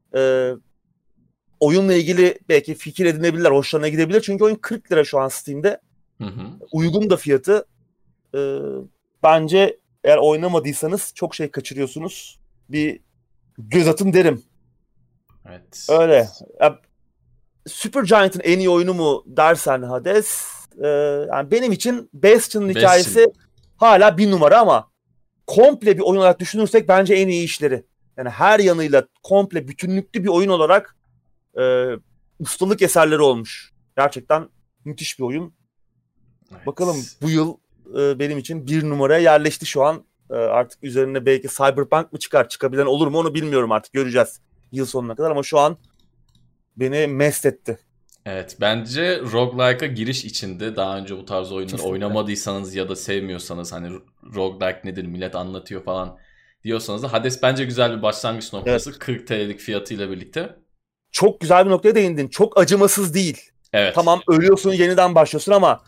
oyunla ilgili belki fikir edinebilirler, hoşlarına gidebilir. Çünkü oyun 40 lira şu an Steam'de. Uygun da fiyatı. Bence eğer oynamadıysanız çok şey kaçırıyorsunuz. Bir göz atın derim. Evet. Öyle. Supergiant'ın en iyi oyunu mu dersen Hades, yani benim için Bastion'ın hikayesi hala bir numara ama komple bir oyun olarak düşünürsek bence en iyi işleri. Yani her yanıyla komple bütünlüklü bir oyun olarak ustalık eserleri olmuş. Gerçekten müthiş bir oyun. Evet. Bakalım bu yıl benim için bir numaraya yerleşti şu an. Artık üzerine belki Cyberpunk mı çıkar? Çıkabilen olur mu onu bilmiyorum, artık göreceğiz yıl sonuna kadar ama şu an beni mest etti. Evet, bence roguelike'a giriş içinde daha önce bu tarz oyunları kesinlikle oynamadıysanız ya da sevmiyorsanız, hani roguelike nedir millet anlatıyor falan diyorsanız da Hades bence güzel bir başlangıç noktası. Evet. 40 TL'lik fiyatıyla birlikte. Çok güzel bir noktaya değindin. Çok acımasız değil. Evet. Tamam, ölüyorsun, yeniden başlıyorsun ama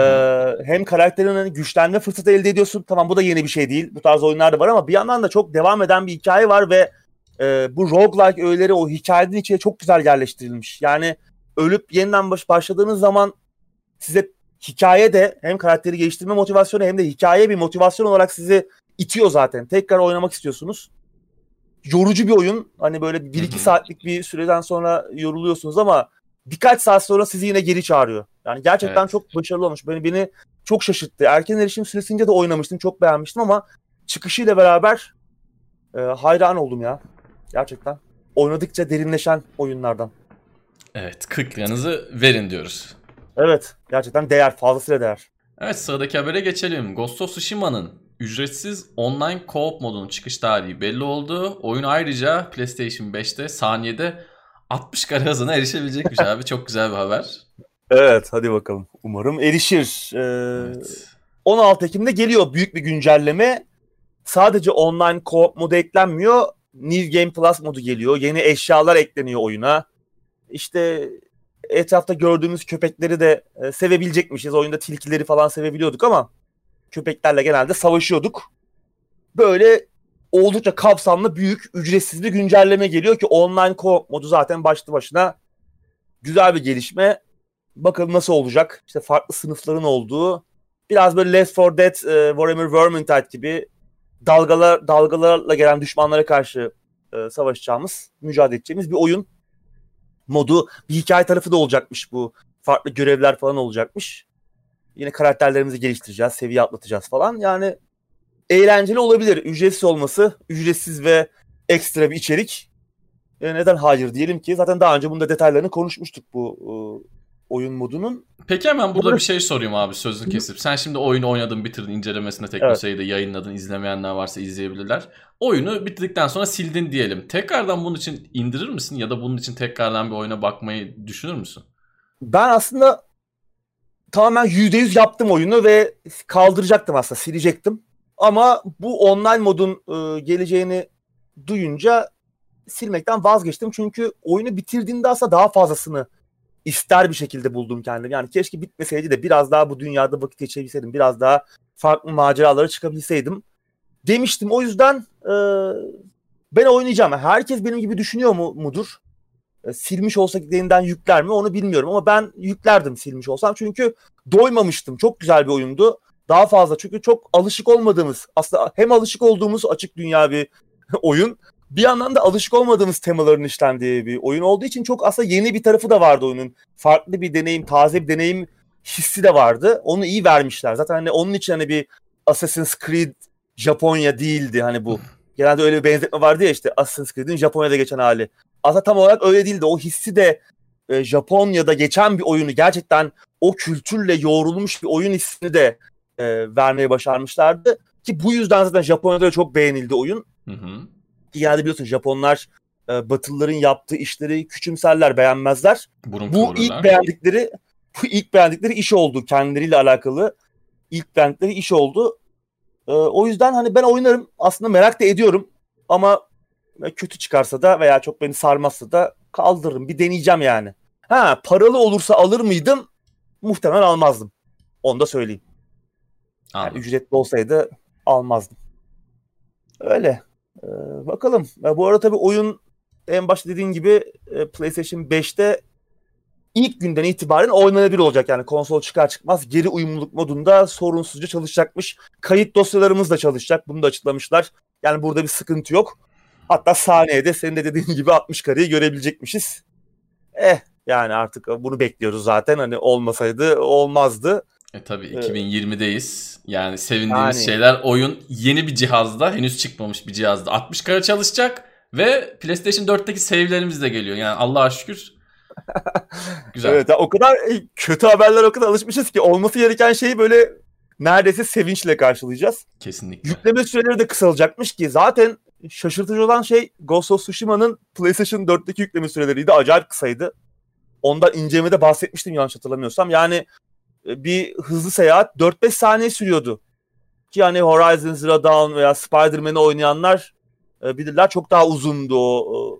hem karakterinin güçlenme fırsatı elde ediyorsun. Tamam, bu da yeni bir şey değil. Bu tarz oyunlarda var ama bir yandan da çok devam eden bir hikaye var ve bu roguelike öğeleri o hikayenin içine çok güzel yerleştirilmiş. Yani ölüp yeniden başladığınız zaman size hikaye de hem karakteri geliştirme motivasyonu hem de hikaye bir motivasyon olarak sizi itiyor zaten. Tekrar oynamak istiyorsunuz. Yorucu bir oyun. Hani böyle 1-2 saatlik bir süreden sonra yoruluyorsunuz ama birkaç saat sonra sizi yine geri çağırıyor. Yani gerçekten evet, çok başarılı olmuş. Beni çok şaşırttı. Erken erişim süresince de oynamıştım. Çok beğenmiştim ama çıkışıyla beraber hayran oldum ya. Gerçekten. Oynadıkça derinleşen oyunlardan. Evet, 40 liranızı verin diyoruz. Evet, gerçekten değer, fazlasıyla değer. Evet, sıradaki habere geçelim. Ghost of Tsushima'nın ücretsiz online co-op modunun çıkış tarihi belli oldu. Oyun ayrıca PlayStation 5'te saniyede 60 kare hızına erişebilecekmiş abi. Çok güzel bir haber. Evet, hadi bakalım. Umarım erişir. Evet. 16 Ekim'de geliyor büyük bir güncelleme. Sadece online co-op modu eklenmiyor. New Game Plus modu geliyor. Yeni eşyalar ekleniyor oyuna. İşte etrafta gördüğümüz köpekleri de sevebilecekmişiz. Oyunda tilkileri falan sevebiliyorduk ama köpeklerle genelde savaşıyorduk. Böyle oldukça kapsamlı, büyük, ücretsiz bir güncelleme geliyor ki online co-op modu zaten başlı başına güzel bir gelişme. Bakalım nasıl olacak. İşte farklı sınıfların olduğu, biraz böyle Left 4 Dead, Warhammer Vermintide gibi dalgalarla gelen düşmanlara karşı savaşacağımız, mücadele edeceğimiz bir oyun modu. Bir hikaye tarafı da olacakmış bu. Farklı görevler falan olacakmış. Yine karakterlerimizi geliştireceğiz, seviye atlatacağız falan. Yani eğlenceli olabilir. Ücretsiz olması, ücretsiz ve ekstra bir içerik. Neden hayır diyelim ki? Zaten daha önce bunda detaylarını konuşmuştuk bu oyun modunun. Peki hemen burada bir şey sorayım abi, sözünü kesip. Sen şimdi oyunu oynadın, bitirdin, incelemesinde TeknoSeyir'de yayınladın. İzlemeyenler varsa izleyebilirler. Oyunu bitirdikten sonra sildin diyelim. Tekrardan bunun için indirir misin? Ya da bunun için tekrardan bir oyuna bakmayı düşünür müsün? Ben aslında tamamen %100 yaptım oyunu ve kaldıracaktım aslında, silecektim. Ama bu online modun geleceğini duyunca silmekten vazgeçtim. Çünkü oyunu bitirdiğimde aslında daha fazlasını ister bir şekilde buldum kendimi. Yani keşke bitmeseydi de biraz daha bu dünyada vakit geçirebilseydim. Biraz daha farklı maceralara çıkabilseydim demiştim. O yüzden ben oynayacağım. Herkes benim gibi düşünüyor mudur? Silmiş olsak yeniden yükler mi onu bilmiyorum. Ama ben yüklerdim silmiş olsam. Çünkü doymamıştım. Çok güzel bir oyundu. Daha fazla, çünkü çok alışık olmadığımız, aslında hem alışık olduğumuz açık dünya bir oyun, bir yandan da alışık olmadığımız temaların işlendiği bir oyun olduğu için çok aslında yeni bir tarafı da vardı oyunun. Farklı bir deneyim, taze bir deneyim hissi de vardı. Onu iyi vermişler. Zaten hani onun için hani bir Assassin's Creed Japonya değildi hani bu. Genelde öyle bir benzetme vardı ya, işte Assassin's Creed'in Japonya'da geçen hali. Aslında tam olarak öyle değildi. O hissi de Japonya'da geçen bir oyunu, gerçekten o kültürle yoğrulmuş bir oyun hissini de vermeye başarmışlardı. Ki bu yüzden zaten Japonya'da da çok beğenildi oyun. Hı hı. Yani biliyorsun Japonlar Batılıların yaptığı işleri küçümserler, beğenmezler. Burun Bu kıvırırlar. ilk beğendikleri iş oldu. Kendileriyle alakalı ilk beğendikleri iş oldu. O yüzden hani ben oynarım. Aslında merak da ediyorum. Ama kötü çıkarsa da veya çok beni sarmazsa da kaldırırım. Bir deneyeceğim yani. Ha, paralı olursa alır mıydım? Muhtemelen almazdım. Onu da söyleyeyim. Yani Anladım. ücretli olsaydı almazdım. Öyle. Bakalım. Bu arada tabii oyun en başta dediğin gibi PlayStation 5'te ilk günden itibaren oynanabilir olacak. Yani konsol çıkar çıkmaz geri uyumluluk modunda sorunsuzca çalışacakmış. Kayıt dosyalarımız da çalışacak. Bunu da açıklamışlar. Yani burada bir sıkıntı yok. Hatta saniyede senin de dediğin gibi 60 kareyi görebilecekmişiz. Yani artık bunu bekliyoruz zaten. Hani olmasaydı olmazdı. Tabii 2020'deyiz. Yani sevindiğimiz Yani şeyler, oyun yeni bir cihazda, henüz çıkmamış bir cihazda 60 kare çalışacak ve PlayStation 4'teki save'lerimiz de geliyor. Yani Allah'a şükür güzel. evet, o kadar kötü haberler, o kadar alışmışız ki olması gereken şeyi böyle neredeyse sevinçle karşılayacağız. Kesinlikle. Yükleme süreleri de kısalacakmış ki zaten şaşırtıcı olan şey Ghost of Tsushima'nın PlayStation 4'teki yükleme süreleriydi. Acayip kısaydı. Ondan incelemede bahsetmiştim yanlış hatırlamıyorsam. Yani bir hızlı seyahat 4-5 saniye sürüyordu. Ki yani Horizon Zero Dawn veya Spider-Man'i oynayanlar bilirler, çok daha uzundu o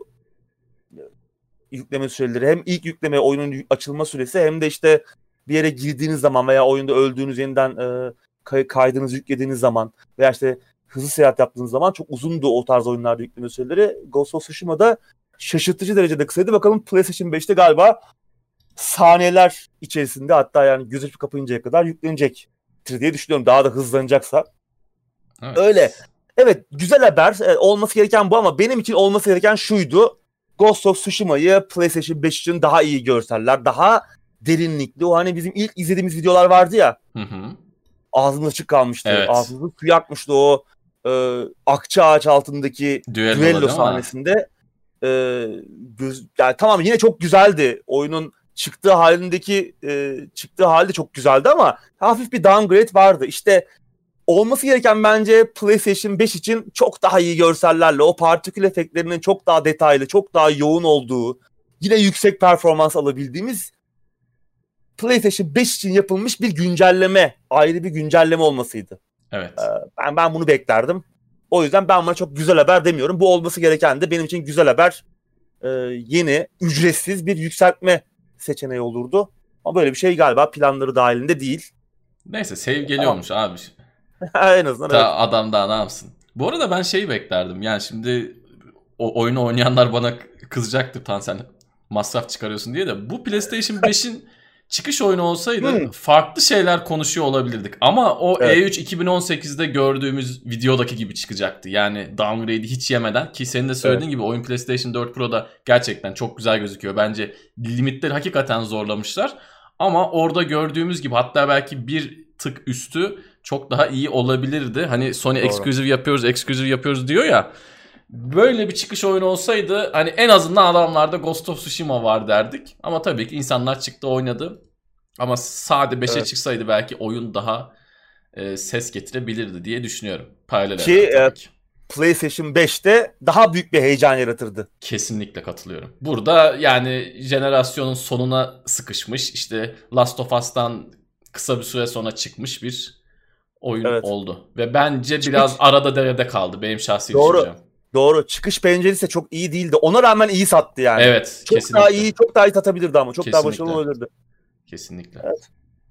yükleme süreleri. Hem ilk yükleme, oyunun açılma süresi, hem de işte bir yere girdiğiniz zaman veya oyunda öldüğünüz, yeniden kaydınızı yüklediğiniz zaman veya işte hızlı seyahat yaptığınız zaman çok uzundu o tarz oyunlarda yükleme süreleri. Ghost of Tsushima'da şaşırtıcı derecede kısaydı. Bakalım PlayStation 5'te galiba saniyeler içerisinde, hatta yani göz açıp kapayıncaya kadar yüklenecek diye düşünüyorum. Daha da hızlanacaksa. Evet. Öyle. Evet, güzel haber. Olması gereken bu, ama benim için olması gereken şuydu. Ghost of Tsushima'yı PlayStation 5 için daha iyi görseller, daha derinlikli. O hani bizim ilk izlediğimiz videolar vardı ya. Hı hı. Ağzımız açık kalmıştı. Evet. Ağzımızın suyu akmıştı o akça ağaç altındaki düello sahnesinde. Yani tamam, yine çok güzeldi. Oyunun çıktığı halde çok güzeldi ama hafif bir downgrade vardı. İşte olması gereken bence PlayStation 5 için çok daha iyi görsellerle, o partikül efektlerinin çok daha detaylı, çok daha yoğun olduğu, yine yüksek performans alabildiğimiz PlayStation 5 için yapılmış bir güncelleme, ayrı bir güncelleme olmasıydı. Evet. Ben bunu beklerdim. O yüzden ben buna çok güzel haber demiyorum. Bu olması gereken de benim için güzel haber. Yeni, ücretsiz bir yükseltme seçeneği olurdu. Ama böyle bir şey galiba planları dahilinde değil. Neyse, save geliyormuş abi. En azından evet. Adam daha ne yapsın? Bu arada ben şeyi beklerdim. Yani şimdi o oyunu oynayanlar bana kızacaktır, sen masraf çıkarıyorsun diye de. Bu PlayStation 5'in çıkış oyunu olsaydı Hmm. farklı şeyler konuşuyor olabilirdik. Ama o Evet. E3 2018'de gördüğümüz videodaki gibi çıkacaktı. Yani downgrade'i hiç yemeden, ki senin de söylediğin gibi oyun PlayStation 4 Pro'da gerçekten çok güzel gözüküyor. Bence limitleri hakikaten zorlamışlar. Ama orada gördüğümüz gibi, hatta belki bir tık üstü çok daha iyi olabilirdi. Hani Sony Doğru. exclusive yapıyoruz diyor ya. Böyle bir çıkış oyunu olsaydı hani en azından adamlarda Ghost of Tsushima var derdik. Ama tabii ki insanlar çıktı, oynadı. Ama sade 5'e Evet. çıksaydı belki oyun daha ses getirebilirdi diye düşünüyorum. Paralel Ki evren tabii ki. PlayStation 5'te daha büyük bir heyecan yaratırdı. Kesinlikle katılıyorum. Burada yani jenerasyonun sonuna sıkışmış, işte Last of Us'tan kısa bir süre sonra çıkmış bir oyun Evet. oldu. Ve bence biraz arada derede kaldı, benim şahsi Doğru. düşüncem. Doğru. Çıkış penceresi de çok iyi değildi. Ona rağmen iyi sattı yani. Evet, Çok kesinlikle. daha iyi, çok daha iyi satabilirdi ama. Çok daha Kesinlikle. başarılı olabilirdi. Kesinlikle. Evet.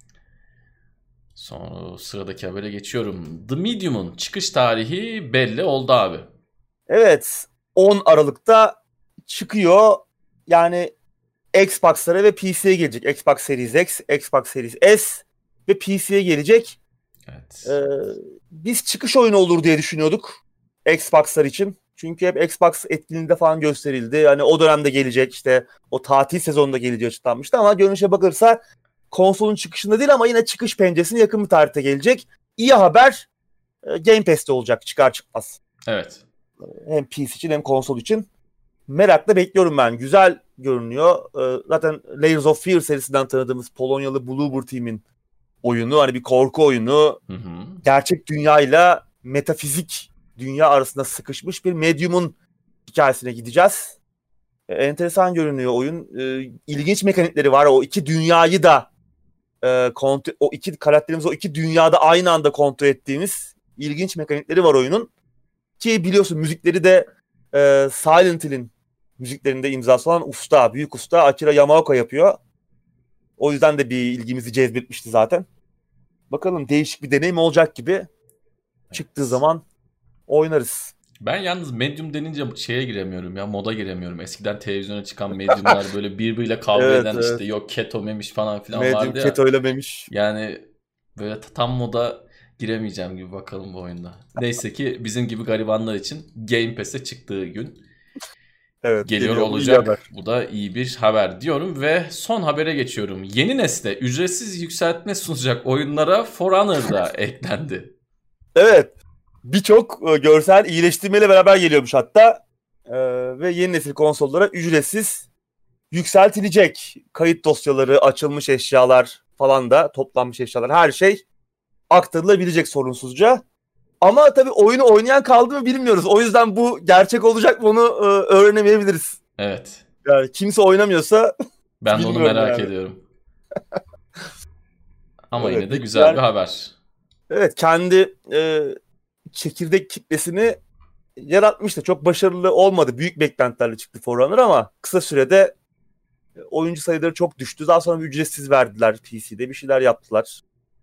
Sonra sıradaki habere geçiyorum. The Medium'un çıkış tarihi belli oldu abi. Evet. 10 Aralık'ta çıkıyor. Yani Xbox'lara ve PC'ye gelecek. Xbox Series X, Xbox Series S ve PC'ye gelecek. Evet. Biz çıkış oyunu olur diye düşünüyorduk Xbox'lar için. Çünkü hep Xbox etkinliğinde falan gösterildi. Hani o dönemde gelecek, işte o tatil sezonunda geleceği açıklanmıştı ama görünüşe bakılırsa konsolun çıkışında değil ama yine çıkış penceresine yakın bir tarihte gelecek. İyi haber, Game Pass'te olacak çıkar çıkmaz. Evet. Hem PC için hem konsol için. Merakla bekliyorum ben. Güzel görünüyor. Zaten Layers of Fear serisinden tanıdığımız Polonyalı Bloober Team'in oyunu. Hani bir korku oyunu. Hı hı. Gerçek dünyayla metafizik dünya arasında sıkışmış bir medyumun hikayesine gideceğiz. Enteresan görünüyor oyun. İlginç mekanikleri var. O iki dünyayı da o iki karakterimiz o iki dünyada aynı anda kontrol ettiğimiz ilginç mekanikleri var oyunun. Ki biliyorsun müzikleri de Silent Hill'in müziklerinde imzası olan büyük usta Akira Yamaoka yapıyor. O yüzden de bir ilgimizi cezbetmişti zaten. Bakalım, değişik bir deneyim olacak gibi. Çıktığı zaman oynarız. Ben yalnız Medium denince şeye giremiyorum ya, moda giremiyorum. Eskiden televizyona çıkan Medium'lar böyle birbiriyle kavga Evet, eden, evet. işte yok keto memiş falan filan Medium vardı ya. keto öylememiş. Yani böyle tam moda giremeyeceğim gibi bakalım bu oyunda. Neyse ki bizim gibi garibanlar için Game Pass'e çıktığı gün Evet, geliyor geliyor. Bu iyi haber. olacak. Bu da iyi bir haber diyorum ve son habere geçiyorum. Yeni nesle ücretsiz yükseltme sunacak oyunlara For Honor da eklendi. Evet. Birçok görsel iyileştirmeyle beraber geliyormuş hatta. Ve yeni nesil konsollara ücretsiz yükseltilecek. Kayıt dosyaları, açılmış eşyalar falan da, toplanmış eşyalar, her şey aktarılabilecek sorunsuzca. Ama tabii oyunu oynayan kaldı mı bilmiyoruz. O yüzden bu gerçek olacak mı onu öğrenemeyebiliriz. Evet. Yani kimse oynamıyorsa Ben de onu bilmiyorum merak yani. ediyorum. Ama Evet, yine de güzel bir haber. Evet, kendi çekirdek kitlesini yaratmıştı. Çok başarılı olmadı. Büyük beklentilerle çıktı For Honor ama kısa sürede oyuncu sayıları çok düştü. Daha sonra bir ücretsiz verdiler PC'de. Bir şeyler yaptılar.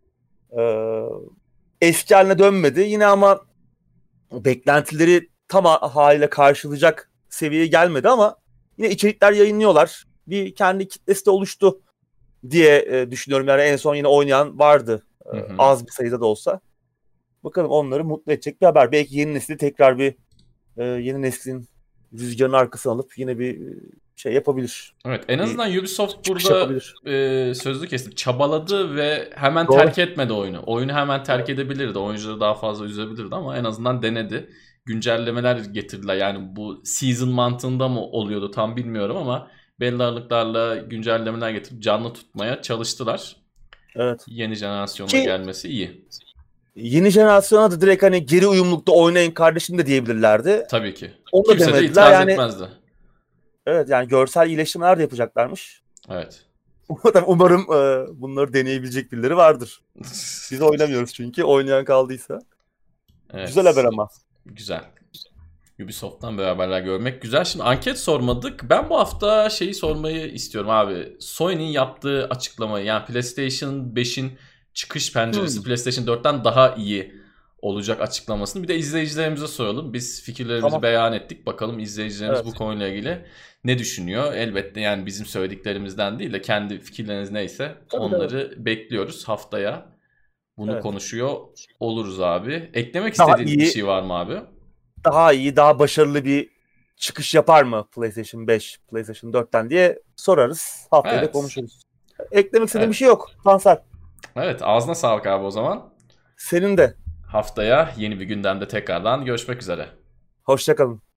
Eski haline dönmedi. Yine ama beklentileri tam haliyle karşılayacak seviyeye gelmedi ama yine içerikler yayınlıyorlar. Bir kendi kitlesi de oluştu diye düşünüyorum. Yani en son yine oynayan vardı. Az bir sayıda da olsa. Bakalım, onları mutlu edecek bir haber. Belki yeni nesli tekrar bir yeni neslin rüzgarının arkasına alıp yine bir şey yapabilir. Evet, en azından Ubisoft çıkış burada yapabilir. sözlü kestim. Çabaladı ve hemen Doğru. terk etmedi oyunu. Oyunu hemen terk edebilirdi. Oyuncuları daha fazla üzebilirdi ama en azından denedi. Güncellemeler getirdiler. Yani bu season mantığında mı oluyordu tam bilmiyorum ama belli aralıklarla güncellemeler getirip canlı tutmaya çalıştılar. Evet. Yeni jenerasyonda Ki gelmesi iyi. yeni jenerasyona da direkt hani geri uyumlulukta oynayın kardeşim de diyebilirlerdi. Tabii ki. Onu da Kimse de demediler itiraz yani. etmezdi. Evet, yani görsel iyileştirmeler de yapacaklarmış. Evet. Umarım bunları deneyebilecek birileri vardır. Biz oynamıyoruz çünkü. Oynayan kaldıysa. Evet. Güzel haber ama. Güzel. Ubisoft'tan böyle haberler görmek güzel. Şimdi anket sormadık. Ben bu hafta şeyi sormayı istiyorum abi. Sony'nin yaptığı açıklamayı, yani PlayStation 5'in çıkış penceresi PlayStation 4'ten daha iyi olacak açıklamasını. Bir de izleyicilerimize soralım. Biz fikirlerimizi Tamam. beyan ettik. Bakalım izleyicilerimiz Evet. bu konuyla ilgili ne düşünüyor? Elbette yani bizim söylediklerimizden değil de kendi fikirleriniz neyse Tabii tabii. onları bekliyoruz. Haftaya bunu Evet. konuşuyor oluruz abi. Eklemek Daha istediğin bir iyi, şey var mı abi? daha iyi, daha başarılı bir çıkış yapar mı PlayStation 5, PlayStation 4'ten diye sorarız. Haftaya da Evet. konuşuruz. Eklemek istediğim bir Evet. şey yok. Tansel. Evet, ağzına sağlık abi o zaman. Senin de. Haftaya yeni bir gündemde tekrardan görüşmek üzere. Hoşça kalın.